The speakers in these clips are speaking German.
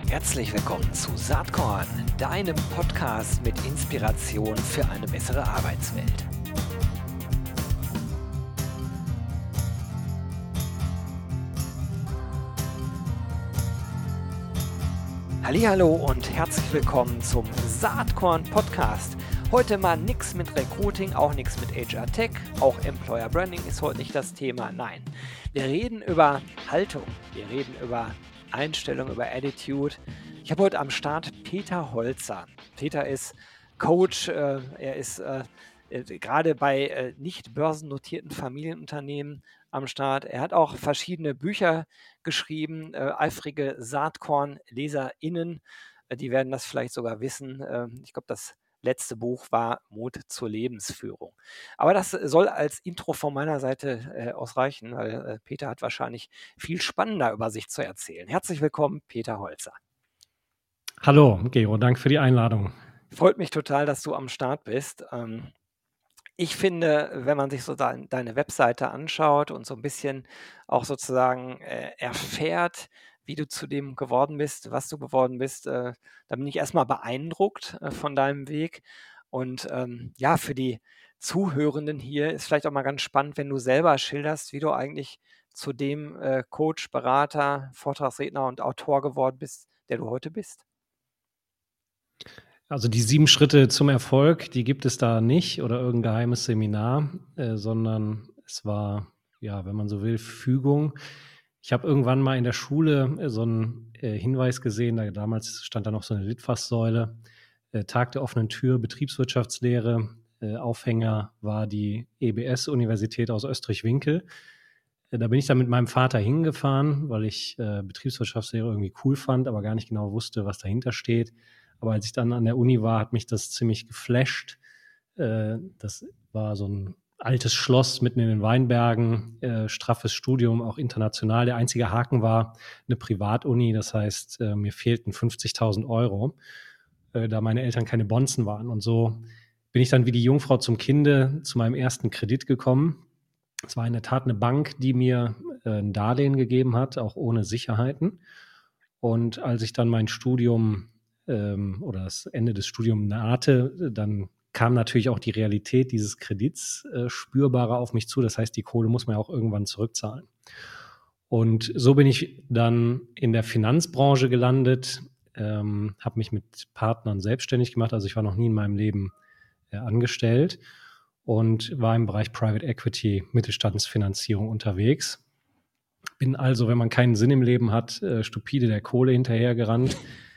Herzlich willkommen zu Saatkorn, deinem Podcast mit Inspiration für eine bessere Arbeitswelt. Hallihallo und herzlich willkommen zum Saatkorn Podcast. Heute mal nichts mit Recruiting, auch nichts mit HR Tech, auch Employer Branding ist heute nicht das Thema. Nein, wir reden über Haltung, wir reden über Einstellung, über Attitude. Ich habe heute am Start Peter Holzer. Peter ist Coach, er ist gerade bei nicht börsennotierten Familienunternehmen am Start. Er hat auch verschiedene Bücher geschrieben, eifrige Saatkorn-LeserInnen, die werden das vielleicht sogar wissen. Ich glaube, das letzte Buch war Mut zur Lebensführung. Aber das soll als Intro von meiner Seite ausreichen, weil Peter hat wahrscheinlich viel spannender über sich zu erzählen. Herzlich willkommen, Peter Holzer. Hallo, Gero, danke für die Einladung. Freut mich total, dass du am Start bist. Ich finde, wenn man sich so deine Webseite anschaut und so ein bisschen auch sozusagen erfährt, wie du zu dem geworden bist, was du geworden bist, da bin ich erstmal beeindruckt von deinem Weg. Und ja, für die Zuhörenden hier ist vielleicht auch mal ganz spannend, wenn du selber schilderst, wie du eigentlich zu dem Coach, Berater, Vortragsredner und Autor geworden bist, der du heute bist. Also die 7 Schritte zum Erfolg, die gibt es da nicht oder irgendein geheimes Seminar, sondern es war, ja, wenn man so will, Fügung. Ich habe irgendwann mal in der Schule so einen Hinweis gesehen, damals stand da noch so eine Litfaßsäule, Tag der offenen Tür, Betriebswirtschaftslehre, Aufhänger war die EBS-Universität aus Österreich-Winkel. Da bin ich dann mit meinem Vater hingefahren, weil ich Betriebswirtschaftslehre irgendwie cool fand, aber gar nicht genau wusste, was dahinter steht. Aber als ich dann an der Uni war, hat mich das ziemlich geflasht. Das war so ein altes Schloss mitten in den Weinbergen, straffes Studium, auch international. Der einzige Haken war eine Privatuni, das heißt, mir fehlten 50.000 Euro, da meine Eltern keine Bonzen waren. Und so bin ich dann wie die Jungfrau zum Kinde zu meinem ersten Kredit gekommen. Es war in der Tat eine Bank, die mir ein Darlehen gegeben hat, auch ohne Sicherheiten. Und als ich dann mein Studium oder das Ende des Studiums nahte, dann kam natürlich auch die Realität dieses Kredits spürbarer auf mich zu. Das heißt, die Kohle muss man ja auch irgendwann zurückzahlen. Und so bin ich dann in der Finanzbranche gelandet, habe mich mit Partnern selbstständig gemacht. Also ich war noch nie in meinem Leben angestellt und war im Bereich Private Equity, Mittelstandsfinanzierung unterwegs. Bin also, wenn man keinen Sinn im Leben hat, stupide der Kohle hinterhergerannt.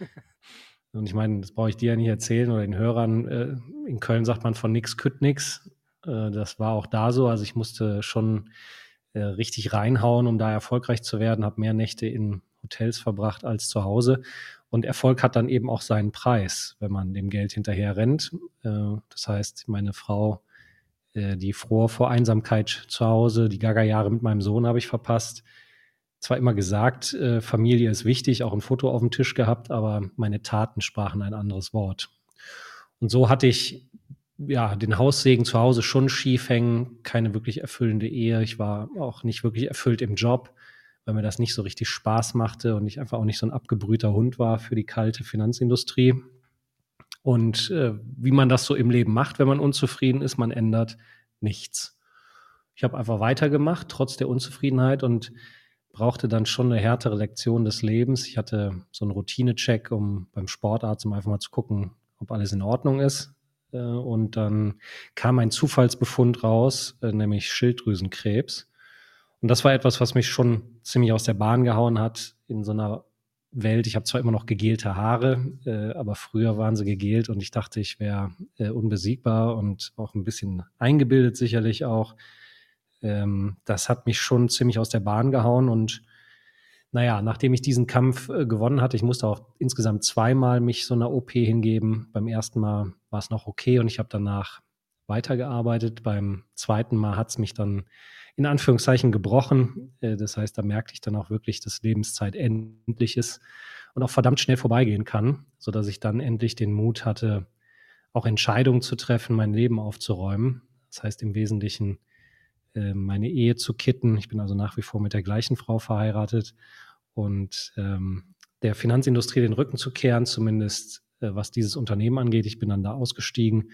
Und ich meine, das brauche ich dir ja nicht erzählen oder den Hörern. In Köln sagt man von nix kütt nix. Das war auch da so. Also ich musste schon richtig reinhauen, um da erfolgreich zu werden. Habe mehr Nächte in Hotels verbracht als zu Hause. Und Erfolg hat dann eben auch seinen Preis, wenn man dem Geld hinterher rennt. Das heißt, meine Frau, die fror vor Einsamkeit zu Hause, die Gaga-Jahre mit meinem Sohn habe ich verpasst. Zwar immer gesagt, Familie ist wichtig, auch ein Foto auf dem Tisch gehabt, aber meine Taten sprachen ein anderes Wort. Und so hatte ich ja den Haussegen zu Hause schon schief hängen, keine wirklich erfüllende Ehe. Ich war auch nicht wirklich erfüllt im Job, weil mir das nicht so richtig Spaß machte und ich einfach auch nicht so ein abgebrühter Hund war für die kalte Finanzindustrie. Und wie man das so im Leben macht, wenn man unzufrieden ist, man ändert nichts. Ich habe einfach weitergemacht, trotz der Unzufriedenheit und brauchte dann schon eine härtere Lektion des Lebens. Ich hatte so einen Routine-Check beim Sportarzt, um einfach mal zu gucken, ob alles in Ordnung ist. Und dann kam ein Zufallsbefund raus, nämlich Schilddrüsenkrebs. Und das war etwas, was mich schon ziemlich aus der Bahn gehauen hat in so einer Welt. Ich habe zwar immer noch gegelte Haare, aber früher waren sie gegelt und ich dachte, ich wäre unbesiegbar und auch ein bisschen eingebildet sicherlich auch. Das hat mich schon ziemlich aus der Bahn gehauen und naja, nachdem ich diesen Kampf gewonnen hatte, ich musste auch insgesamt 2-mal mich so einer OP hingeben. Beim ersten Mal war es noch okay und ich habe danach weitergearbeitet. Beim zweiten Mal hat es mich dann in Anführungszeichen gebrochen. Das heißt, da merkte ich dann auch wirklich, dass Lebenszeit endlich ist und auch verdammt schnell vorbeigehen kann, sodass ich dann endlich den Mut hatte, auch Entscheidungen zu treffen, mein Leben aufzuräumen. Das heißt im Wesentlichen meine Ehe zu kitten. Ich bin also nach wie vor mit der gleichen Frau verheiratet und der Finanzindustrie den Rücken zu kehren, zumindest was dieses Unternehmen angeht. Ich bin dann da ausgestiegen.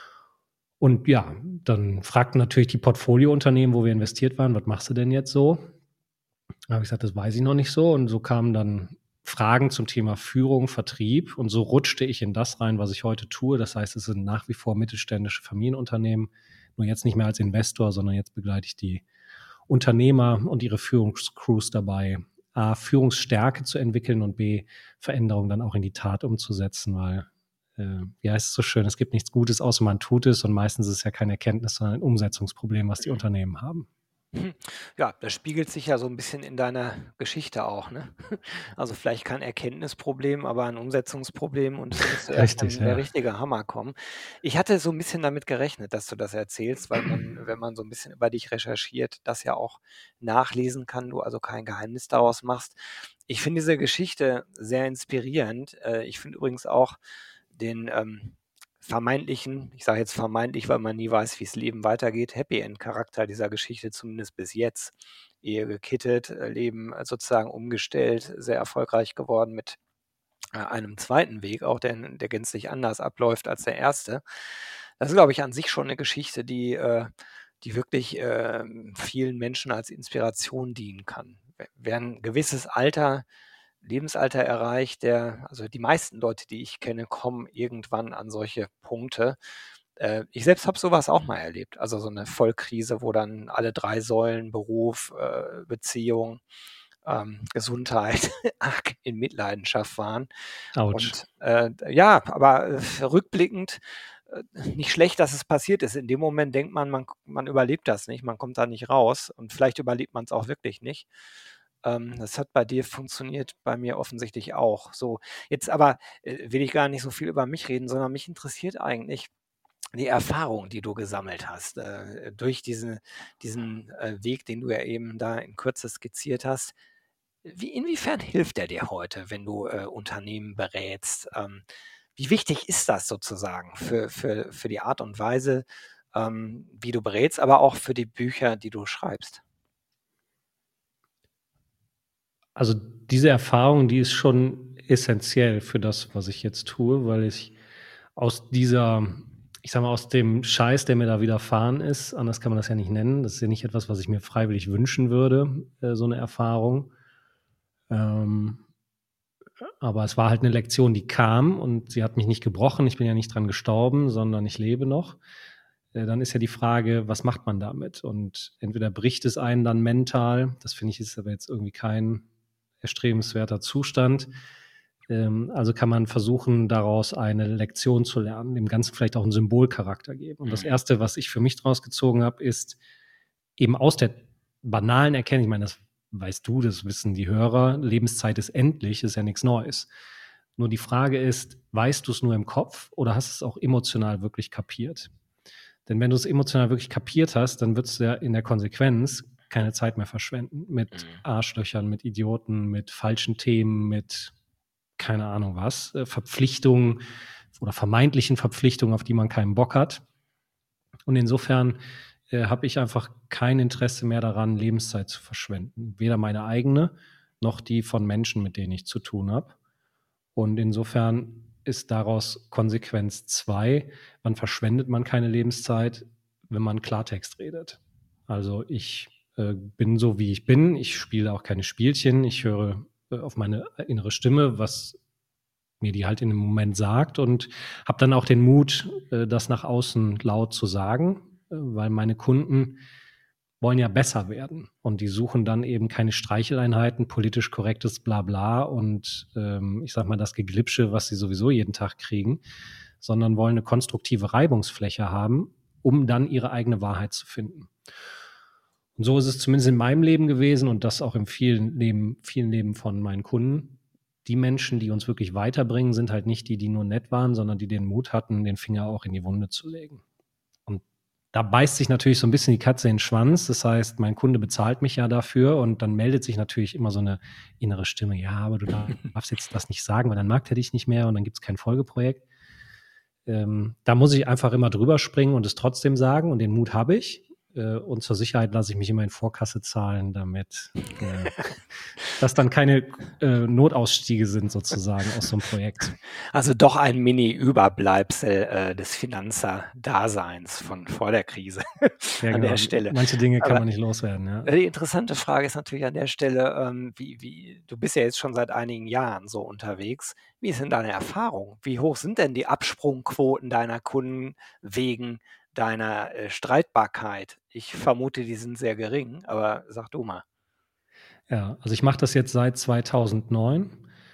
Und ja, dann fragten natürlich die Portfoliounternehmen, wo wir investiert waren, was machst du denn jetzt so? Da habe ich gesagt, das weiß ich noch nicht so. Und so kamen dann Fragen zum Thema Führung, Vertrieb. Und so rutschte ich in das rein, was ich heute tue. Das heißt, es sind nach wie vor mittelständische Familienunternehmen. Nur jetzt nicht mehr als Investor, sondern jetzt begleite ich die Unternehmer und ihre Führungscrews dabei, A, Führungsstärke zu entwickeln und B, Veränderungen dann auch in die Tat umzusetzen, weil, ja, es ist so schön, es gibt nichts Gutes, außer man tut es und meistens ist es ja kein Erkenntnis, sondern ein Umsetzungsproblem, was die Unternehmen haben. Ja, das spiegelt sich ja so ein bisschen in deiner Geschichte auch, ne? Also, vielleicht kein Erkenntnisproblem, aber ein Umsetzungsproblem und es müsste erst Richtig, dann der ja. richtige Hammer kommen. Ich hatte so ein bisschen damit gerechnet, dass du das erzählst, weil man, wenn man so ein bisschen über dich recherchiert, das ja auch nachlesen kann, du also kein Geheimnis daraus machst. Ich finde diese Geschichte sehr inspirierend. Ich finde übrigens auch den, vermeintlichen, ich sage jetzt vermeintlich, weil man nie weiß, wie's Leben weitergeht, Happy End Charakter dieser Geschichte, zumindest bis jetzt. Ehe gekittet, Leben sozusagen umgestellt, sehr erfolgreich geworden mit, einem zweiten Weg auch, der gänzlich anders abläuft als der erste. Das ist, glaube ich, an sich schon 'ne Geschichte, die wirklich, vielen Menschen als Inspiration dienen kann. Wer 'n gewisses Lebensalter erreicht, also die meisten Leute, die ich kenne, kommen irgendwann an solche Punkte. Ich selbst habe so was auch mal erlebt, also so 'ne Vollkrise, wo dann alle 3 Säulen Beruf, Beziehung, Gesundheit arg in Mitleidenschaft waren. Autsch. Und, ja, aber, rückblickend, nicht schlecht, dass es passiert ist. In dem Moment denkt man, man überlebt das nicht, man kommt da nicht raus und vielleicht überlebt man's auch wirklich nicht. Das hat bei dir funktioniert, bei mir offensichtlich auch. So, jetzt aber, will ich gar nicht so viel über mich reden, sondern mich interessiert eigentlich die Erfahrung, die du gesammelt hast, durch diesen, Weg, den du ja eben da in Kürze skizziert hast. Inwiefern hilft der dir heute, wenn du, Unternehmen berätst? Wie wichtig ist das sozusagen für die Art und Weise, wie du berätst, aber auch für die Bücher, die du schreibst? Also diese Erfahrung, die ist schon essentiell für das, was ich jetzt tue, weil ich aus dieser, ich sage mal, aus dem Scheiß, der mir da widerfahren ist, anders kann man das ja nicht nennen, das ist ja nicht etwas, was ich mir freiwillig wünschen würde, so eine Erfahrung. Ähm, aber es war halt eine Lektion, die kam und sie hat mich nicht gebrochen. Ich bin ja nicht dran gestorben, sondern ich lebe noch. Dann ist ja die Frage, was macht man damit? Und entweder bricht es einen dann mental, das finde ich ist aber jetzt irgendwie kein erstrebenswerter Zustand. Also kann man versuchen, daraus eine Lektion zu lernen, dem Ganzen vielleicht auch einen Symbolcharakter geben. Und das Mhm. Erste, was ich für mich draus gezogen habe, ist eben aus der banalen Erkenntnis, ich meine, das weißt du, das wissen die Hörer, Lebenszeit ist endlich, ist ja nichts Neues. Nur die Frage ist, weißt du es nur im Kopf oder hast du es auch emotional wirklich kapiert? Denn wenn du es emotional wirklich kapiert hast, dann würdest du ja in der Konsequenz keine Zeit mehr verschwenden mit Mhm. Arschlöchern, mit Idioten, mit falschen Themen, mit keine Ahnung was, Verpflichtungen oder vermeintlichen Verpflichtungen, auf die man keinen Bock hat. Und insofern habe ich einfach kein Interesse mehr daran, Lebenszeit zu verschwenden. Weder meine eigene noch die von Menschen, mit denen ich zu tun habe. Und insofern ist daraus Konsequenz 2: wann verschwendet man keine Lebenszeit? Wenn man Klartext redet. Also ich bin so, wie ich bin. Ich spiele auch keine Spielchen. Ich höre auf meine innere Stimme, was mir die halt in dem Moment sagt und habe dann auch den Mut, das nach außen laut zu sagen, weil meine Kunden wollen ja besser werden und die suchen dann eben keine Streicheleinheiten, politisch korrektes Blabla und ich sag mal das Geglipsche, was sie sowieso jeden Tag kriegen, sondern wollen eine konstruktive Reibungsfläche haben, um dann ihre eigene Wahrheit zu finden. Und so ist es zumindest in meinem Leben gewesen und das auch in vielen Leben von meinen Kunden. Die Menschen, die uns wirklich weiterbringen, sind halt nicht die, die nur nett waren, sondern die den Mut hatten, den Finger auch in die Wunde zu legen. Und da beißt sich natürlich so ein bisschen die Katze in den Schwanz. Das heißt, mein Kunde bezahlt mich ja dafür und dann meldet sich natürlich immer so eine innere Stimme, ja, aber du darfst jetzt das nicht sagen, weil dann mag der dich nicht mehr und dann gibt es kein Folgeprojekt. Da muss ich einfach immer drüber springen und es trotzdem sagen und den Mut habe ich. Und zur Sicherheit lasse ich mich immer in Vorkasse zahlen, damit das dann keine Notausstiege sind sozusagen aus so einem Projekt. Also doch ein Mini-Überbleibsel des Finanzer-Daseins von vor der Krise Ja, an der genau. Stelle. Manche Dinge kann Aber man nicht loswerden, ja. die interessante Frage ist natürlich an der Stelle, wie du bist ja jetzt schon seit einigen Jahren so unterwegs. Wie ist denn deine Erfahrung? Wie hoch sind denn die Absprungquoten deiner Kunden wegen deiner Streitbarkeit? Ich vermute, die sind sehr gering, aber sag du mal. Ja, also ich mache das jetzt seit 2009,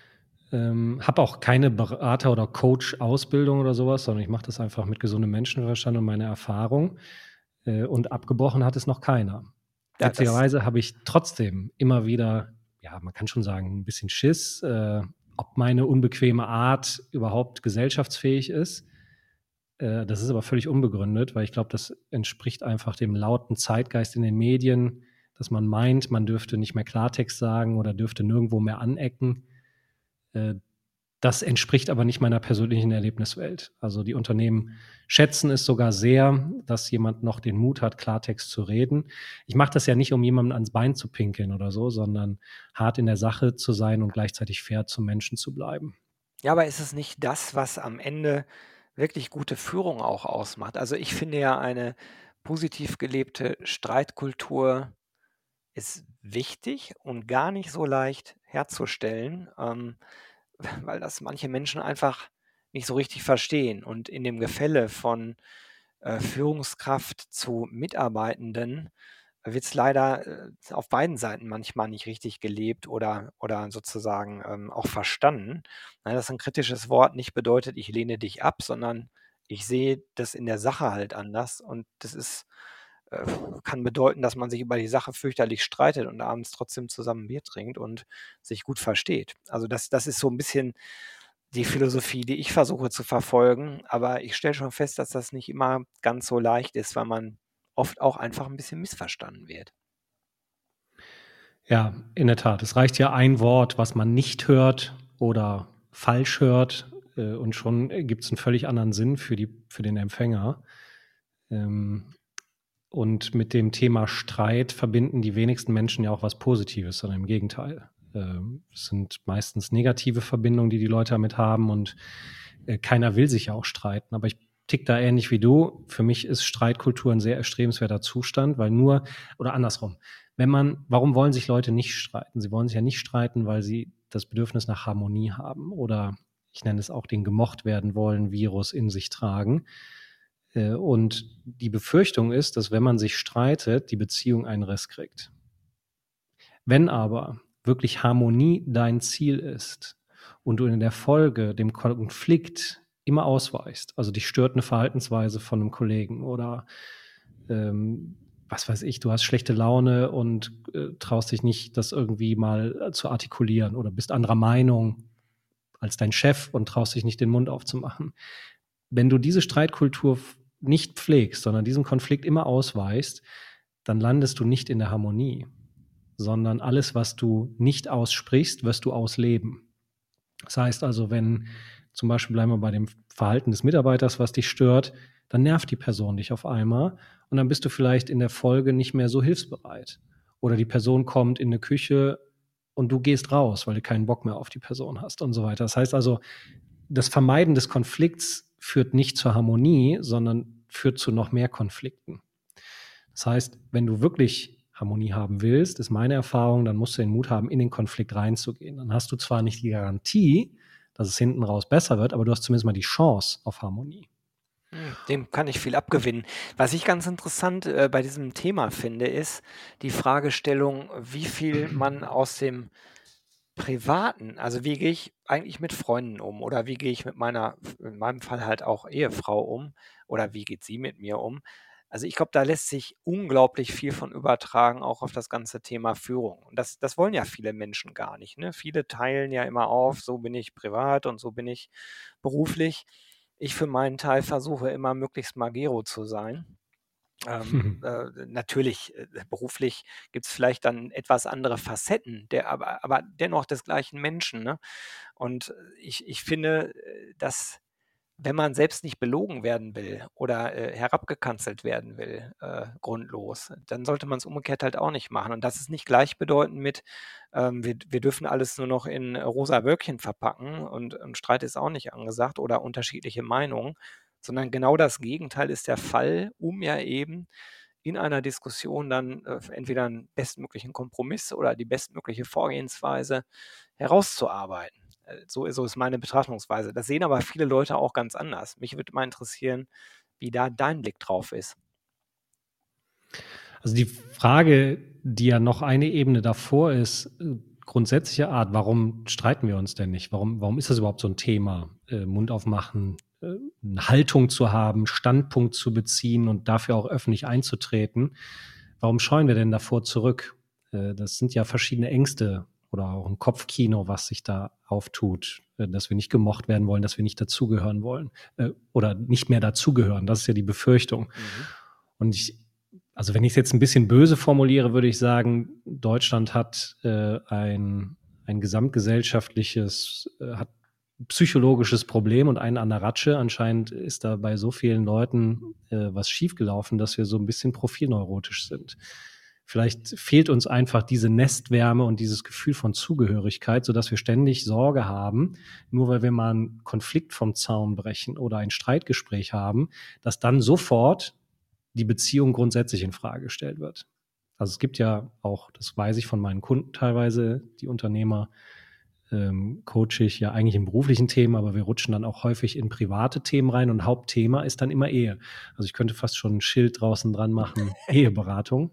habe auch keine Berater oder Coach-Ausbildung oder sowas, sondern ich mache das einfach mit gesundem Menschenverstand und meiner Erfahrung, und abgebrochen hat es noch keiner. Ja, das Witzigerweise habe ich trotzdem immer wieder, ja, man kann schon sagen, ein bisschen Schiss, ob meine unbequeme Art überhaupt gesellschaftsfähig ist. Das ist aber völlig unbegründet, weil ich glaube, das entspricht einfach dem lauten Zeitgeist in den Medien, dass man meint, man dürfte nicht mehr Klartext sagen oder dürfte nirgendwo mehr anecken. Äh, Das entspricht aber nicht meiner persönlichen Erlebniswelt. Also die Unternehmen schätzen es sogar sehr, dass jemand noch den Mut hat, Klartext zu reden. Ich mache das ja nicht, um jemandem ans Bein zu pinkeln oder so, sondern hart in der Sache zu sein und gleichzeitig fair zum Menschen zu bleiben. Ja, aber ist es nicht das, was am Ende wirklich gute Führung auch ausmacht? Also, ich finde ja, eine positiv gelebte Streitkultur ist wichtig und gar nicht so leicht herzustellen, weil das manche Menschen einfach nicht so richtig verstehen. Und in dem Gefälle von, Führungskraft zu Mitarbeitenden wird es leider, auf beiden Seiten manchmal nicht richtig gelebt oder sozusagen, auch verstanden. Ne, dass ein kritisches Wort nicht bedeutet: „Ich lehne dich ab“, sondern ich sehe das in der Sache halt anders und das ist äh, kann bedeuten, dass man sich über die Sache fürchterlich streitet und abends trotzdem zusammen Bier trinkt und sich gut versteht. Also, das ist so ein bisschen die Philosophie, die ich versuche zu verfolgen, aber ich stelle schon fest, dass das nicht immer ganz so leicht ist, weil man oft auch einfach ein bisschen missverstanden wird. Ja, in der Tat. Es reicht ja ein Wort, was man nicht hört oder falsch hört, und schon gibt es einen völlig anderen Sinn für den Empfänger. Ähm, und mit dem Thema Streit verbinden die wenigsten Menschen ja auch was Positives, sondern im Gegenteil. Es sind meistens negative Verbindungen, die die Leute damit haben und keiner will sich ja auch streiten. Aber ich ticke da ähnlich wie du. Für mich ist Streitkultur ein sehr erstrebenswerter Zustand, weil nur, oder andersrum, warum wollen sich Leute nicht streiten? Sie wollen sich ja nicht streiten, weil sie das Bedürfnis nach Harmonie haben oder ich nenne es auch den gemocht werden wollen Virus in sich tragen. Und die Befürchtung ist, dass wenn man sich streitet, die Beziehung einen Riss kriegt. Wenn aber wirklich Harmonie dein Ziel ist und du in der Folge dem Konflikt immer ausweichst, also dich stört eine Verhaltensweise von einem Kollegen oder was weiß ich, du hast schlechte Laune und traust dich nicht, das irgendwie mal zu artikulieren oder bist anderer Meinung als dein Chef und traust dich nicht, den Mund aufzumachen. Wenn du diese Streitkultur nicht pflegst, sondern diesen Konflikt immer ausweichst, dann landest du nicht in der Harmonie, sondern alles, was du nicht aussprichst, wirst du ausleben. Das heißt also, wenn zum Beispiel bleiben wir bei dem Verhalten des Mitarbeiters, was dich stört, dann nervt die Person dich auf einmal und dann bist du vielleicht in der Folge nicht mehr so hilfsbereit. Oder die Person kommt in eine Küche und du gehst raus, weil du keinen Bock mehr auf die Person hast und so weiter. Das heißt also, das Vermeiden des Konflikts führt nicht zur Harmonie, sondern führt zu noch mehr Konflikten. Das heißt, wenn du wirklich Harmonie haben willst, ist meine Erfahrung, dann musst du den Mut haben, in den Konflikt reinzugehen. Dann hast du zwar nicht die Garantie, dass es hinten raus besser wird, aber du hast zumindest mal die Chance auf Harmonie. Dem kann ich viel abgewinnen. Was ich ganz interessant, bei diesem Thema finde, ist die Fragestellung, wie viel man aus dem Privaten, also wie gehe ich eigentlich mit Freunden um oder wie gehe ich mit meiner, in meinem Fall halt auch Ehefrau um oder wie geht sie mit mir um? Also ich glaube, da lässt sich unglaublich viel von übertragen, auch auf das ganze Thema Führung. Und das wollen ja viele Menschen gar nicht. Ne? Viele teilen ja immer auf, so bin ich privat und so bin ich beruflich. Ich für meinen Teil versuche immer möglichst Magero zu sein. Natürlich, beruflich gibt es vielleicht dann etwas andere Facetten, aber dennoch des gleichen Menschen, ne? Und ich finde, dass wenn man selbst nicht belogen werden will oder herabgekanzelt werden will, grundlos, dann sollte man es umgekehrt halt auch nicht machen. Und das ist nicht gleichbedeutend mit, wir dürfen alles nur noch in rosa Wölkchen verpacken und Streit ist auch nicht angesagt oder unterschiedliche Meinungen, sondern genau das Gegenteil ist der Fall, um ja eben in einer Diskussion dann entweder einen bestmöglichen Kompromiss oder die bestmögliche Vorgehensweise herauszuarbeiten. So ist meine Betrachtungsweise. Das sehen aber viele Leute auch ganz anders. Mich würde mal interessieren, wie da dein Blick drauf ist. Also die Frage, die ja noch eine Ebene davor ist, grundsätzlicher Art, warum streiten wir uns denn nicht? Warum ist das überhaupt so ein Thema? Mund aufmachen, eine Haltung zu haben, Standpunkt zu beziehen und dafür auch öffentlich einzutreten. Warum scheuen wir denn davor zurück? Das sind ja verschiedene Ängste oder auch ein Kopfkino, was sich da auftut, dass wir nicht gemocht werden wollen, dass wir nicht dazugehören wollen oder nicht mehr dazugehören. Das ist ja die Befürchtung. Und also wenn ich es jetzt ein bisschen böse formuliere, würde ich sagen, Deutschland hat ein gesamtgesellschaftliches, hat psychologisches Problem und einen an der Ratsche. Anscheinend ist da bei so vielen Leuten was schiefgelaufen, dass wir so ein bisschen profilneurotisch sind. Vielleicht fehlt uns einfach diese Nestwärme und dieses Gefühl von Zugehörigkeit, sodass wir ständig Sorge haben, nur weil wir mal einen Konflikt vom Zaun brechen oder ein Streitgespräch haben, dass dann sofort die Beziehung grundsätzlich in Frage gestellt wird. Also es gibt ja auch, das weiß ich von meinen Kunden teilweise, die Unternehmer, coache ich ja eigentlich in beruflichen Themen, aber wir rutschen dann auch häufig in private Themen rein und Hauptthema ist dann immer Ehe. Also ich könnte fast schon ein Schild draußen dran machen, Eheberatung.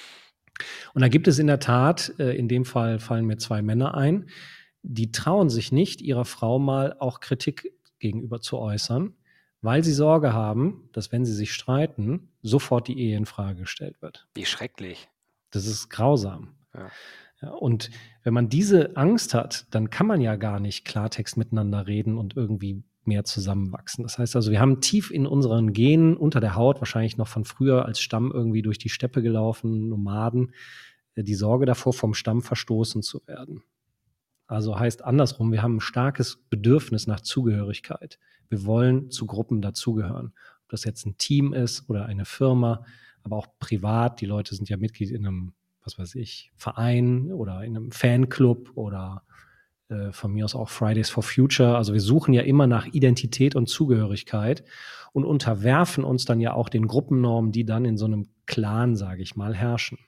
Und da gibt es in der Tat, in dem Fall fallen mir 2 Männer ein, die trauen sich nicht, ihrer Frau mal auch Kritik gegenüber zu äußern, weil sie Sorge haben, dass wenn sie sich streiten, sofort die Ehe in Frage gestellt wird. Wie schrecklich. Das ist grausam. Ja. Ja, und wenn man diese Angst hat, dann kann man ja gar nicht Klartext miteinander reden und irgendwie mehr zusammenwachsen. Das heißt also, wir haben tief in unseren Genen unter der Haut, wahrscheinlich noch von früher als Stamm irgendwie durch die Steppe gelaufen, Nomaden, die Sorge davor, vom Stamm verstoßen zu werden. Also heißt andersrum, wir haben ein starkes Bedürfnis nach Zugehörigkeit. Wir wollen zu Gruppen dazugehören. Ob das jetzt ein Team ist oder eine Firma, aber auch privat. Die Leute sind ja Mitglied in einem, was weiß ich, Verein oder in einem Fanclub oder von mir aus auch Fridays for Future. Also wir suchen ja immer nach Identität und Zugehörigkeit und unterwerfen uns dann ja auch den Gruppennormen, die dann in so einem Clan, sage ich mal, herrschen.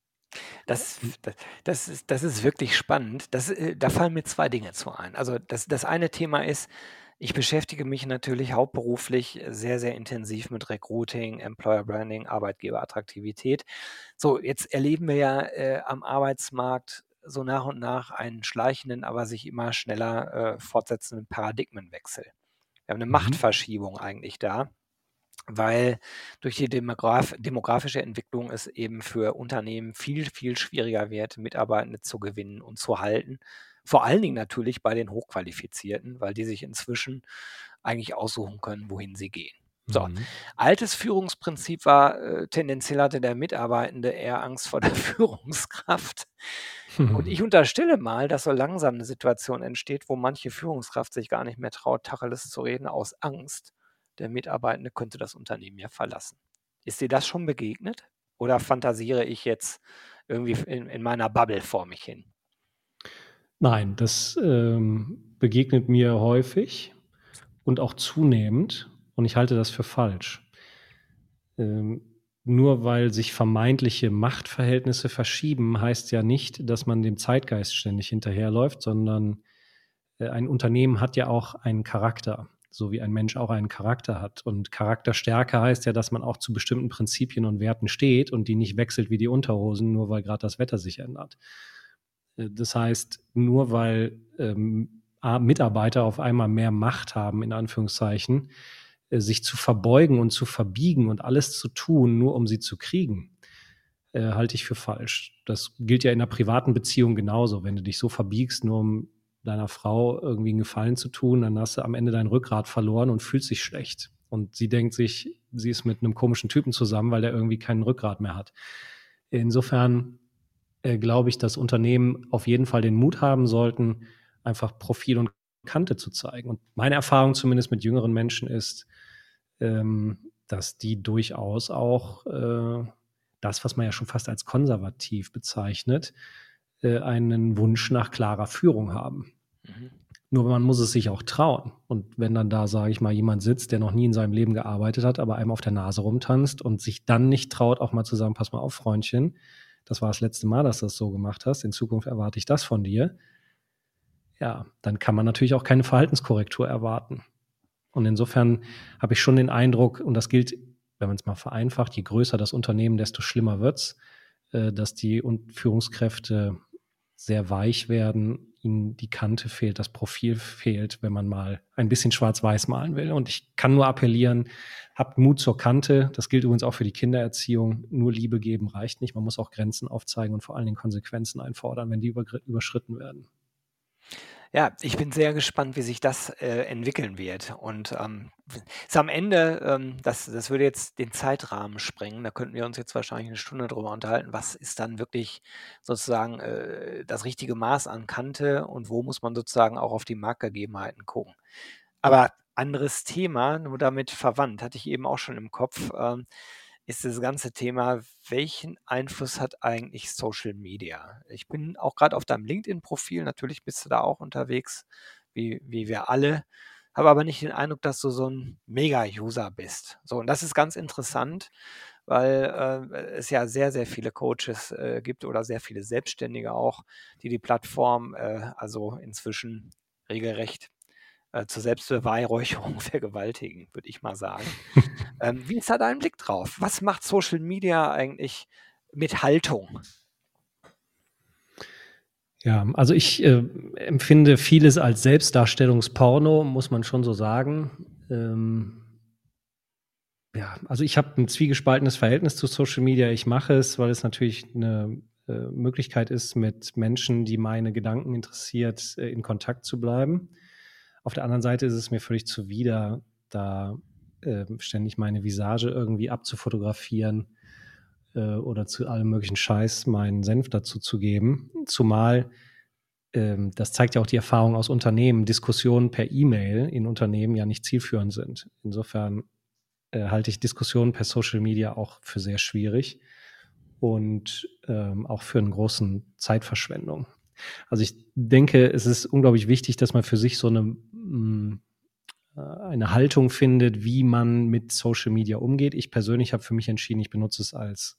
Das ist wirklich spannend. Da fallen mir 2 Dinge zu ein. Also das eine Thema ist, ich beschäftige mich natürlich hauptberuflich sehr, sehr intensiv mit Recruiting, Employer Branding, Arbeitgeberattraktivität. So, jetzt erleben wir ja am Arbeitsmarkt so nach und nach einen schleichenden, aber sich immer schneller fortsetzenden Paradigmenwechsel. Wir haben eine Machtverschiebung eigentlich da, weil durch die demografische Entwicklung es eben für Unternehmen viel, viel schwieriger wird, Mitarbeitende zu gewinnen und zu halten. Vor allen Dingen natürlich bei den Hochqualifizierten, weil die sich inzwischen eigentlich aussuchen können, wohin sie gehen. So, altes Führungsprinzip war, tendenziell hatte der Mitarbeitende eher Angst vor der Führungskraft. Und ich unterstelle mal, dass so langsam eine Situation entsteht, wo manche Führungskraft sich gar nicht mehr traut, Tacheles zu reden aus Angst, der Mitarbeitende könnte das Unternehmen ja verlassen. Ist dir das schon begegnet? Oder fantasiere ich jetzt irgendwie in meiner Bubble vor mich hin? Nein, das begegnet mir häufig und auch zunehmend und ich halte das für falsch. Nur weil sich vermeintliche Machtverhältnisse verschieben, heißt ja nicht, dass man dem Zeitgeist ständig hinterherläuft, sondern ein Unternehmen hat ja auch einen Charakter, so wie ein Mensch auch einen Charakter hat. Und Charakterstärke heißt ja, dass man auch zu bestimmten Prinzipien und Werten steht und die nicht wechselt wie die Unterhosen, nur weil gerade das Wetter sich ändert. Das heißt, nur weil Mitarbeiter auf einmal mehr Macht haben, in Anführungszeichen, sich zu verbeugen und zu verbiegen und alles zu tun, nur um sie zu kriegen, halte ich für falsch. Das gilt ja in einer privaten Beziehung genauso. Wenn du dich so verbiegst, nur um deiner Frau irgendwie einen Gefallen zu tun, dann hast du am Ende dein Rückgrat verloren und fühlst dich schlecht. Und sie denkt sich, sie ist mit einem komischen Typen zusammen, weil der irgendwie keinen Rückgrat mehr hat. Insofern glaube ich, dass Unternehmen auf jeden Fall den Mut haben sollten, einfach Profil und Kante zu zeigen. Und meine Erfahrung zumindest mit jüngeren Menschen ist, dass die durchaus auch das, was man ja schon fast als konservativ bezeichnet, einen Wunsch nach klarer Führung haben. Mhm. Nur man muss es sich auch trauen. Und wenn dann da, sage ich mal, jemand sitzt, der noch nie in seinem Leben gearbeitet hat, aber einem auf der Nase rumtanzt und sich dann nicht traut, auch mal zu sagen, pass mal auf, Freundchen, das war das letzte Mal, dass du das so gemacht hast, in Zukunft erwarte ich das von dir, ja, dann kann man natürlich auch keine Verhaltenskorrektur erwarten. Und insofern habe ich schon den Eindruck, und das gilt, wenn man es mal vereinfacht, je größer das Unternehmen, desto schlimmer wird's, dass die Führungskräfte sehr weich werden, ihnen die Kante fehlt, das Profil fehlt, wenn man mal ein bisschen schwarz-weiß malen will. Und ich kann nur appellieren, habt Mut zur Kante. Das gilt übrigens auch für die Kindererziehung. Nur Liebe geben reicht nicht. Man muss auch Grenzen aufzeigen und vor allen Dingen Konsequenzen einfordern, wenn die überschritten werden. Ja, ich bin sehr gespannt, wie sich das entwickeln wird. Und ist am Ende, das würde jetzt den Zeitrahmen sprengen. Da könnten wir uns jetzt wahrscheinlich eine Stunde drüber unterhalten. Was ist dann wirklich sozusagen das richtige Maß an Kante und wo muss man sozusagen auch auf die Marktgegebenheiten gucken? Aber anderes Thema, nur damit verwandt, hatte ich eben auch schon im Kopf, ist das ganze Thema, welchen Einfluss hat eigentlich Social Media? Ich bin auch gerade auf deinem LinkedIn-Profil, natürlich bist du da auch unterwegs, wie wir alle, habe aber nicht den Eindruck, dass du so ein Mega-User bist. So, und das ist ganz interessant, weil es ja sehr, sehr viele Coaches gibt oder sehr viele Selbstständige auch, die Plattform also inzwischen regelrecht zur Selbstbeweihräucherung vergewaltigen, würde ich mal sagen. Wie ist da dein Blick drauf? Was macht Social Media eigentlich mit Haltung? Ja, also ich empfinde vieles als Selbstdarstellungsporno, muss man schon so sagen. Ja, also ich habe ein zwiegespaltenes Verhältnis zu Social Media. Ich mache es, weil es natürlich eine Möglichkeit ist, mit Menschen, die meine Gedanken interessiert, in Kontakt zu bleiben. Auf der anderen Seite ist es mir völlig zuwider, da ständig meine Visage irgendwie abzufotografieren oder zu allem möglichen Scheiß meinen Senf dazu zu geben. Zumal, das zeigt ja auch die Erfahrung aus Unternehmen, Diskussionen per E-Mail in Unternehmen ja nicht zielführend sind. Insofern halte ich Diskussionen per Social Media auch für sehr schwierig und auch für einen großen Zeitverschwendung. Also ich denke, es ist unglaublich wichtig, dass man für sich so eine Haltung findet, wie man mit Social Media umgeht. Ich persönlich habe für mich entschieden, ich benutze es als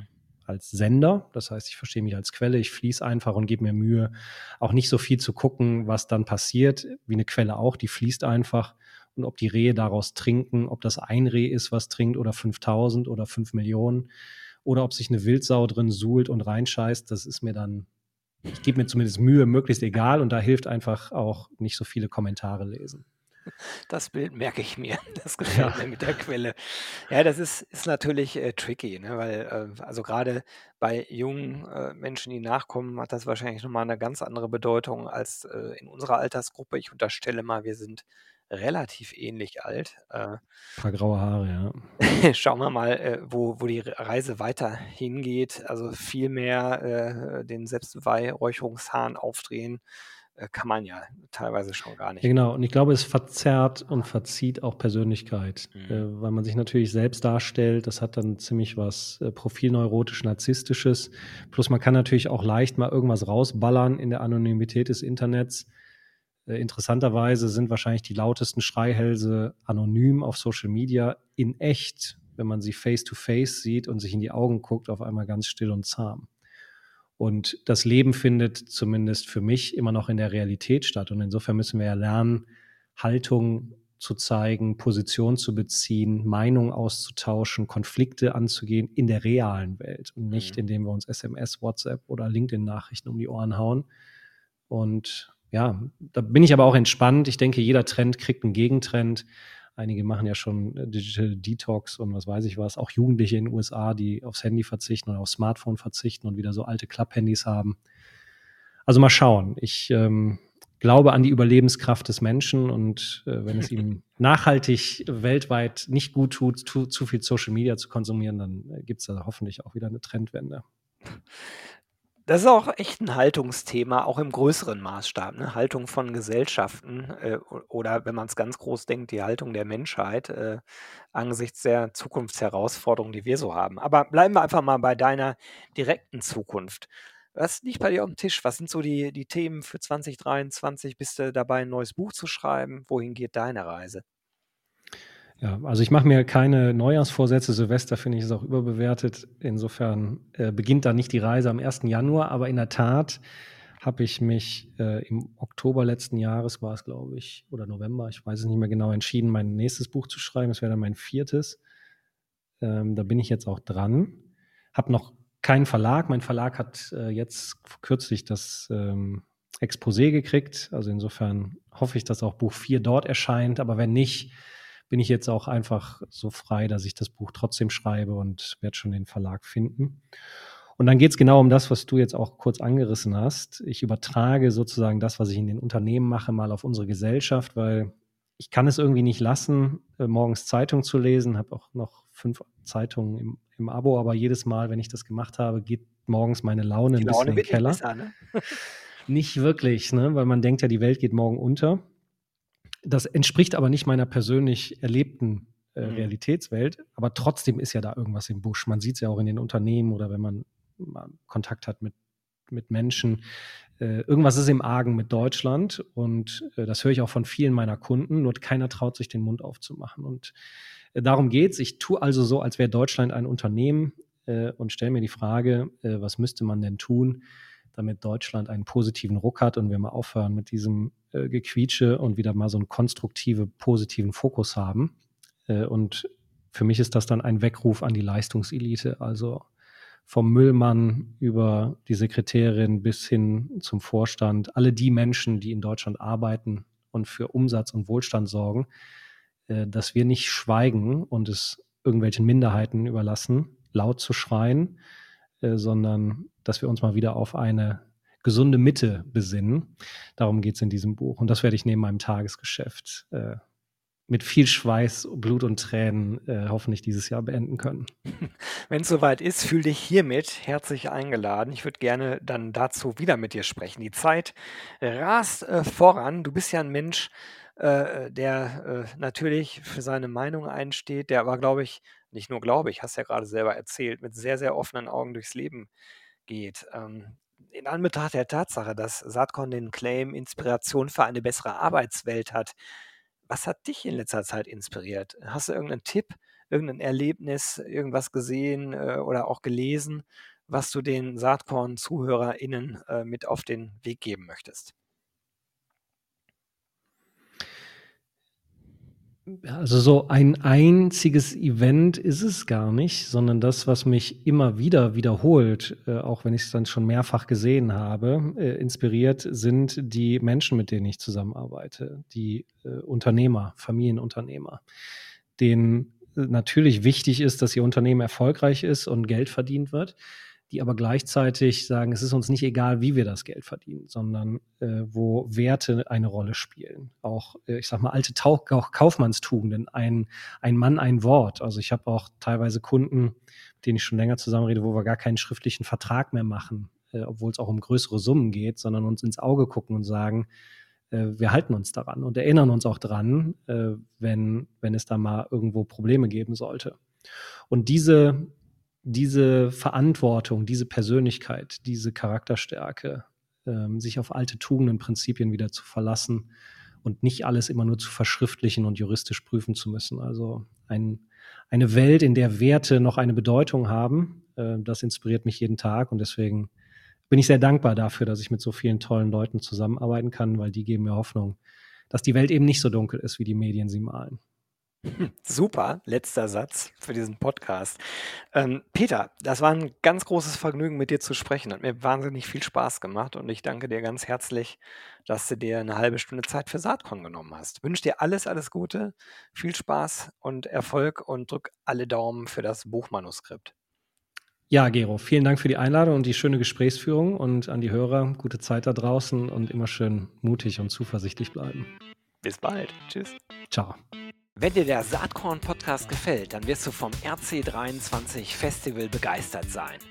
Sender. Das heißt, ich verstehe mich als Quelle, ich fließe einfach und gebe mir Mühe, auch nicht so viel zu gucken, was dann passiert, wie eine Quelle auch, die fließt einfach. Und ob die Rehe daraus trinken, ob das ein Reh ist, was trinkt, oder 5.000 oder 5 Millionen, oder ob sich eine Wildsau drin suhlt und reinscheißt, das ist mir dann, ich gebe mir zumindest Mühe, möglichst egal. Und da hilft einfach auch nicht so viele Kommentare lesen. Das Bild merke ich mir. Das gefällt mir mit der Quelle. Ja, das ist natürlich tricky, ne? Weil also gerade bei jungen Menschen, die nachkommen, hat das wahrscheinlich nochmal eine ganz andere Bedeutung als in unserer Altersgruppe. Ich unterstelle mal, wir sind relativ ähnlich alt. Ein paar graue Haare, ja. Schauen wir mal, wo die Reise weiter hingeht. Also viel mehr den Selbstbeweihräucherungshahn aufdrehen kann man ja teilweise schon gar Ja, nicht. genau. Und ich glaube, es verzerrt und verzieht auch Persönlichkeit, Mhm. weil man sich natürlich selbst darstellt. Das hat dann ziemlich was profilneurotisch-narzisstisches. Plus man kann natürlich auch leicht mal irgendwas rausballern in der Anonymität des Internets. Interessanterweise sind wahrscheinlich die lautesten Schreihälse anonym auf Social Media, in echt, wenn man sie face-to-face sieht und sich in die Augen guckt, auf einmal ganz still und zahm. Und das Leben findet zumindest für mich immer noch in der Realität statt. Und insofern müssen wir ja lernen, Haltung zu zeigen, Position zu beziehen, Meinung auszutauschen, Konflikte anzugehen in der realen Welt und nicht, Mhm. indem wir uns SMS, WhatsApp oder LinkedIn-Nachrichten um die Ohren hauen. Und ja, da bin ich aber auch entspannt. Ich denke, jeder Trend kriegt einen Gegentrend. Einige machen ja schon Digital Detox und was weiß ich was. Auch Jugendliche in den USA, die aufs Handy verzichten oder aufs Smartphone verzichten und wieder so alte Klapphandys haben. Also mal schauen. Ich glaube an die Überlebenskraft des Menschen und wenn es ihm nachhaltig weltweit nicht gut tut, zu viel Social Media zu konsumieren, dann gibt es da hoffentlich auch wieder eine Trendwende. Das ist auch echt ein Haltungsthema, auch im größeren Maßstab, ne? Haltung von Gesellschaften, oder wenn man es ganz groß denkt, die Haltung der Menschheit, angesichts der Zukunftsherausforderungen, die wir so haben. Aber bleiben wir einfach mal bei deiner direkten Zukunft. Was liegt bei dir auf dem Tisch? Was sind so die Themen für 2023? Bist du dabei, ein neues Buch zu schreiben? Wohin geht deine Reise? Ja, also ich mache mir keine Neujahrsvorsätze. Silvester finde ich ist auch überbewertet. Insofern beginnt da nicht die Reise am 1. Januar. Aber in der Tat habe ich mich im Oktober letzten Jahres, war es glaube ich, oder November, ich weiß es nicht mehr genau, entschieden, mein nächstes Buch zu schreiben. Das wäre dann mein 4. Da bin ich jetzt auch dran. Habe noch keinen Verlag. Mein Verlag hat jetzt kürzlich das Exposé gekriegt. Also insofern hoffe ich, dass auch Buch 4 dort erscheint. Aber wenn nicht, bin ich jetzt auch einfach so frei, dass ich das Buch trotzdem schreibe und werde schon den Verlag finden. Und dann geht es genau um das, was du jetzt auch kurz angerissen hast. Ich übertrage sozusagen das, was ich in den Unternehmen mache, mal auf unsere Gesellschaft, weil ich kann es irgendwie nicht lassen, morgens Zeitung zu lesen, habe auch noch 5 Zeitungen im Abo, aber jedes Mal, wenn ich das gemacht habe, geht morgens meine Laune Die ein bisschen Laune in den wird nicht Keller. besser, ne? Nicht wirklich, ne? Weil man denkt ja, die Welt geht morgen unter. Das entspricht aber nicht meiner persönlich erlebten Realitätswelt, aber trotzdem ist ja da irgendwas im Busch. Man sieht es ja auch in den Unternehmen oder wenn man mal Kontakt hat mit Menschen. Irgendwas ist im Argen mit Deutschland und das höre ich auch von vielen meiner Kunden, nur keiner traut sich den Mund aufzumachen. Und darum geht's. Ich tue also so, als wäre Deutschland ein Unternehmen und stelle mir die Frage, was müsste man denn tun, damit Deutschland einen positiven Ruck hat und wir mal aufhören mit diesem Gequietsche und wieder mal so einen positiven Fokus haben. Und für mich ist das dann ein Weckruf an die Leistungselite, also vom Müllmann über die Sekretärin bis hin zum Vorstand, alle die Menschen, die in Deutschland arbeiten und für Umsatz und Wohlstand sorgen, dass wir nicht schweigen und es irgendwelchen Minderheiten überlassen, laut zu schreien, sondern dass wir uns mal wieder auf eine gesunde Mitte besinnen. Darum geht es in diesem Buch. Und das werde ich neben meinem Tagesgeschäft mit viel Schweiß, Blut und Tränen hoffentlich dieses Jahr beenden können. Wenn es soweit ist, fühl dich hiermit herzlich eingeladen. Ich würde gerne dann dazu wieder mit dir sprechen. Die Zeit rast voran. Du bist ja ein Mensch, der natürlich für seine Meinung einsteht, der aber, glaube ich, nicht nur glaube ich, hast ja gerade selber erzählt, mit sehr, sehr offenen Augen durchs Leben geht. In Anbetracht der Tatsache, dass Saatkorn den Claim Inspiration für eine bessere Arbeitswelt hat, was hat dich in letzter Zeit inspiriert? Hast du irgendeinen Tipp, irgendein Erlebnis, irgendwas gesehen oder auch gelesen, was du den Saatkorn-ZuhörerInnen mit auf den Weg geben möchtest? Also so ein einziges Event ist es gar nicht, sondern das, was mich immer wieder wiederholt, auch wenn ich es dann schon mehrfach gesehen habe, inspiriert, sind die Menschen, mit denen ich zusammenarbeite, die Unternehmer, Familienunternehmer, denen natürlich wichtig ist, dass ihr Unternehmen erfolgreich ist und Geld verdient wird, die aber gleichzeitig sagen, es ist uns nicht egal, wie wir das Geld verdienen, sondern wo Werte eine Rolle spielen. Auch, ich sag mal, alte Kaufmannstugenden, ein Mann, ein Wort. Also ich habe auch teilweise Kunden, mit denen ich schon länger zusammenrede, wo wir gar keinen schriftlichen Vertrag mehr machen, obwohl es auch um größere Summen geht, sondern uns ins Auge gucken und sagen, wir halten uns daran und erinnern uns auch dran, wenn es da mal irgendwo Probleme geben sollte. Und diese Verantwortung, diese Persönlichkeit, diese Charakterstärke, sich auf alte Tugenden, Prinzipien wieder zu verlassen und nicht alles immer nur zu verschriftlichen und juristisch prüfen zu müssen. Also eine Welt, in der Werte noch eine Bedeutung haben, das inspiriert mich jeden Tag und deswegen bin ich sehr dankbar dafür, dass ich mit so vielen tollen Leuten zusammenarbeiten kann, weil die geben mir Hoffnung, dass die Welt eben nicht so dunkel ist, wie die Medien sie malen. Super, letzter Satz für diesen Podcast. Peter, das war ein ganz großes Vergnügen, mit dir zu sprechen. Hat mir wahnsinnig viel Spaß gemacht und ich danke dir ganz herzlich, dass du dir eine halbe Stunde Zeit für Saatkorn genommen hast. Wünsche dir alles, alles Gute, viel Spaß und Erfolg und drück alle Daumen für das Buchmanuskript. Ja, Gero, vielen Dank für die Einladung und die schöne Gesprächsführung und an die Hörer, gute Zeit da draußen und immer schön mutig und zuversichtlich bleiben. Bis bald. Tschüss. Ciao. Wenn dir der Saatkorn-Podcast gefällt, dann wirst du vom RC23 Festival begeistert sein.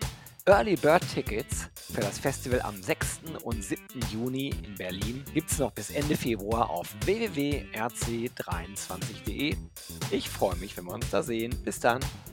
Early Bird Tickets für das Festival am 6. und 7. Juni in Berlin gibt es noch bis Ende Februar auf www.rc23.de. Ich freue mich, wenn wir uns da sehen. Bis dann.